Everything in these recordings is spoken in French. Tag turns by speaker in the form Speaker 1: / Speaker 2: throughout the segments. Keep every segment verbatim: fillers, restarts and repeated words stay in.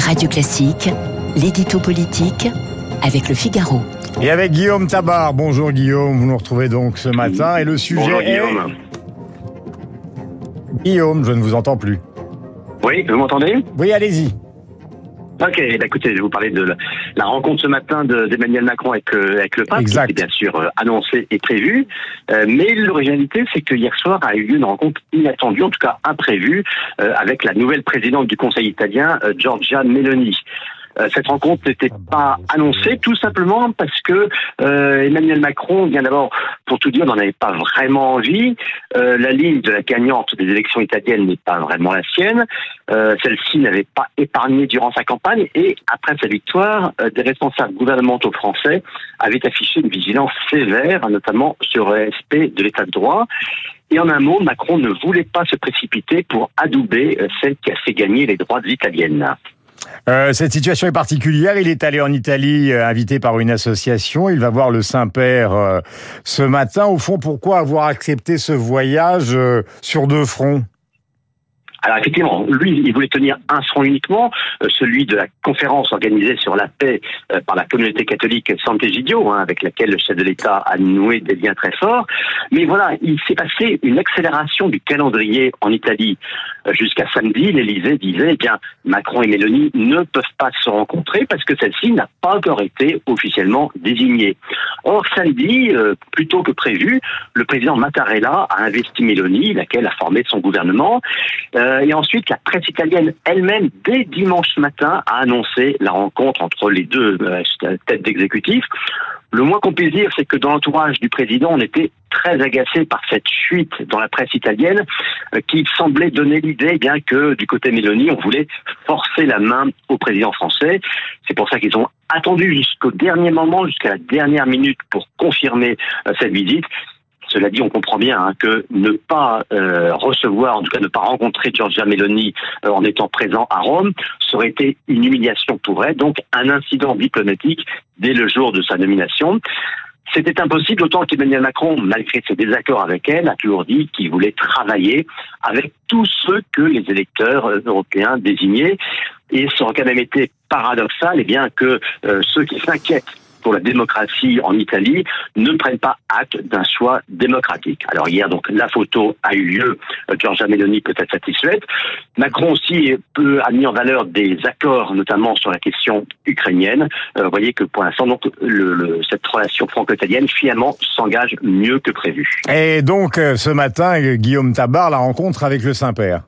Speaker 1: Radio Classique, l'édito politique avec Le Figaro.
Speaker 2: Et avec Guillaume Tabar. Bonjour Guillaume, vous nous retrouvez donc ce matin et le sujet
Speaker 3: Bonjour,
Speaker 2: est...
Speaker 3: Guillaume.
Speaker 2: Guillaume, je ne vous entends plus.
Speaker 3: Oui, vous m'entendez ?
Speaker 2: Oui, allez-y.
Speaker 3: Ok, bah écoutez, je vais vous parler de la, la rencontre ce matin de, d'Emmanuel Macron avec, euh, avec le pape,
Speaker 2: Exact.
Speaker 3: qui était bien sûr euh, annoncée et prévue. Euh, mais l'originalité, c'est que hier soir a eu lieu une rencontre inattendue, en tout cas imprévue, euh, avec la nouvelle présidente du Conseil italien, euh, Giorgia Meloni. Euh, cette rencontre n'était pas annoncée, tout simplement parce que euh, Emmanuel Macron, bien d'abord, pour tout dire, n'en avait pas vraiment envie. Euh, la ligne de la gagnante des élections italiennes n'est pas vraiment la sienne. Euh, celle-ci n'avait pas épargné durant sa campagne et après sa victoire, euh, des responsables gouvernementaux français avaient affiché une vigilance sévère, notamment sur le respect de l'état de droit. Et en un mot, Macron ne voulait pas se précipiter pour adouber euh, celle qui a fait gagner les droites italiennes.
Speaker 2: Euh, cette situation est particulière. Il est allé en Italie, euh, invité par une association. Il va voir le Saint-Père euh, ce matin. Au fond, pourquoi avoir accepté ce voyage euh, sur deux fronts ?
Speaker 3: Alors effectivement, lui, il voulait tenir un front uniquement, euh, celui de la conférence organisée sur la paix euh, par la communauté catholique Sant'Egidio, hein, avec laquelle le chef de l'État a noué des liens très forts. Mais voilà, il s'est passé une accélération du calendrier en Italie. Euh, jusqu'à samedi, l'Élysée disait, eh bien, Macron et Meloni ne peuvent pas se rencontrer parce que celle-ci n'a pas encore été officiellement désignée. Or, samedi, euh, plus tôt que prévu, le président Mattarella a investi Meloni, laquelle a formé son gouvernement. Euh, Et ensuite, la presse italienne elle-même, dès dimanche matin, a annoncé la rencontre entre les deux euh, têtes d'exécutif. Le moins qu'on puisse dire, c'est que dans l'entourage du président, on était très agacé par cette fuite dans la presse italienne euh, qui semblait donner l'idée, bien que du côté Meloni, on voulait forcer la main au président français. C'est pour ça qu'ils ont attendu jusqu'au dernier moment, jusqu'à la dernière minute pour confirmer euh, cette visite. Cela dit, on comprend bien hein, que ne pas euh, recevoir, en tout cas ne pas rencontrer Giorgia Meloni euh, en étant présent à Rome, ça aurait été une humiliation pour elle, donc un incident diplomatique dès le jour de sa nomination. C'était impossible, d'autant qu'Emmanuel Macron, malgré ses désaccords avec elle, a toujours dit qu'il voulait travailler avec tous ceux que les électeurs européens désignaient. Et ça aurait quand même été paradoxal, eh bien, que euh, ceux qui s'inquiètent pour la démocratie en Italie ne prennent pas acte d'un choix démocratique. Alors hier, donc, la photo a eu lieu. Giorgia Meloni peut être satisfaite. Macron aussi peut, a mis en valeur des accords, notamment sur la question ukrainienne. Euh, vous voyez que pour l'instant, donc, le, le, cette relation franco-italienne, finalement, s'engage mieux que prévu.
Speaker 2: Et donc, euh, ce matin, Guillaume Tabar, la rencontre avec le Saint-Père.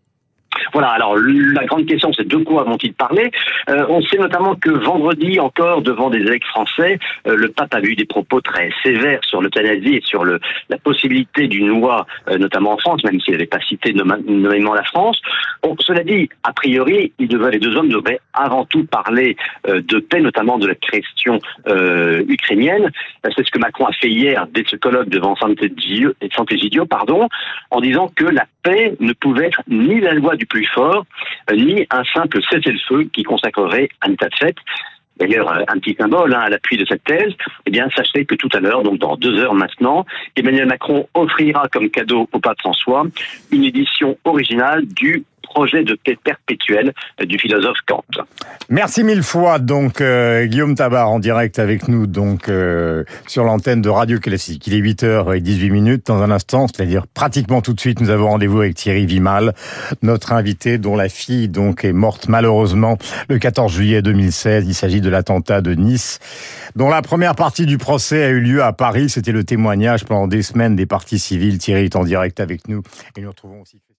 Speaker 3: Voilà, alors la grande question, c'est de quoi vont-ils parler ? euh, On sait notamment que vendredi encore, devant des évêques français, euh, le pape a eu des propos très sévères sur l'euthanasie et sur le, la possibilité d'une loi, euh, notamment en France, même s'il n'avait pas cité nommément la France. Bon, cela dit, a priori, ils devraient, les deux hommes devraient avant tout parler euh, de paix, notamment de la question euh, ukrainienne. C'est ce que Macron a fait hier dès ce colloque devant Sant'Egidio, Sant'Egidio, pardon, en disant que la paix ne pouvait être ni la loi du plus fort, euh, ni un simple cessez-le-feu qui consacrerait un état de fait. D'ailleurs, un petit symbole hein, à l'appui de cette thèse, eh bien, sachez que tout à l'heure, donc dans deux heures maintenant, Emmanuel Macron offrira comme cadeau au pape François une édition originale du projet de paix perpétuelle du philosophe Kant.
Speaker 2: Merci mille fois, donc, euh, Guillaume Tabar, en direct avec nous, donc, euh, sur l'antenne de Radio Classique. Il est huit heures dix-huit minutes. Dans un instant, c'est-à-dire pratiquement tout de suite, nous avons rendez-vous avec Thierry Vimal, notre invité, dont la fille, donc, est morte malheureusement le quatorze juillet deux mille seize. Il s'agit de l'attentat de Nice, dont la première partie du procès a eu lieu à Paris. C'était le témoignage pendant des semaines des parties civiles. Thierry est en direct avec nous et nous retrouvons aussi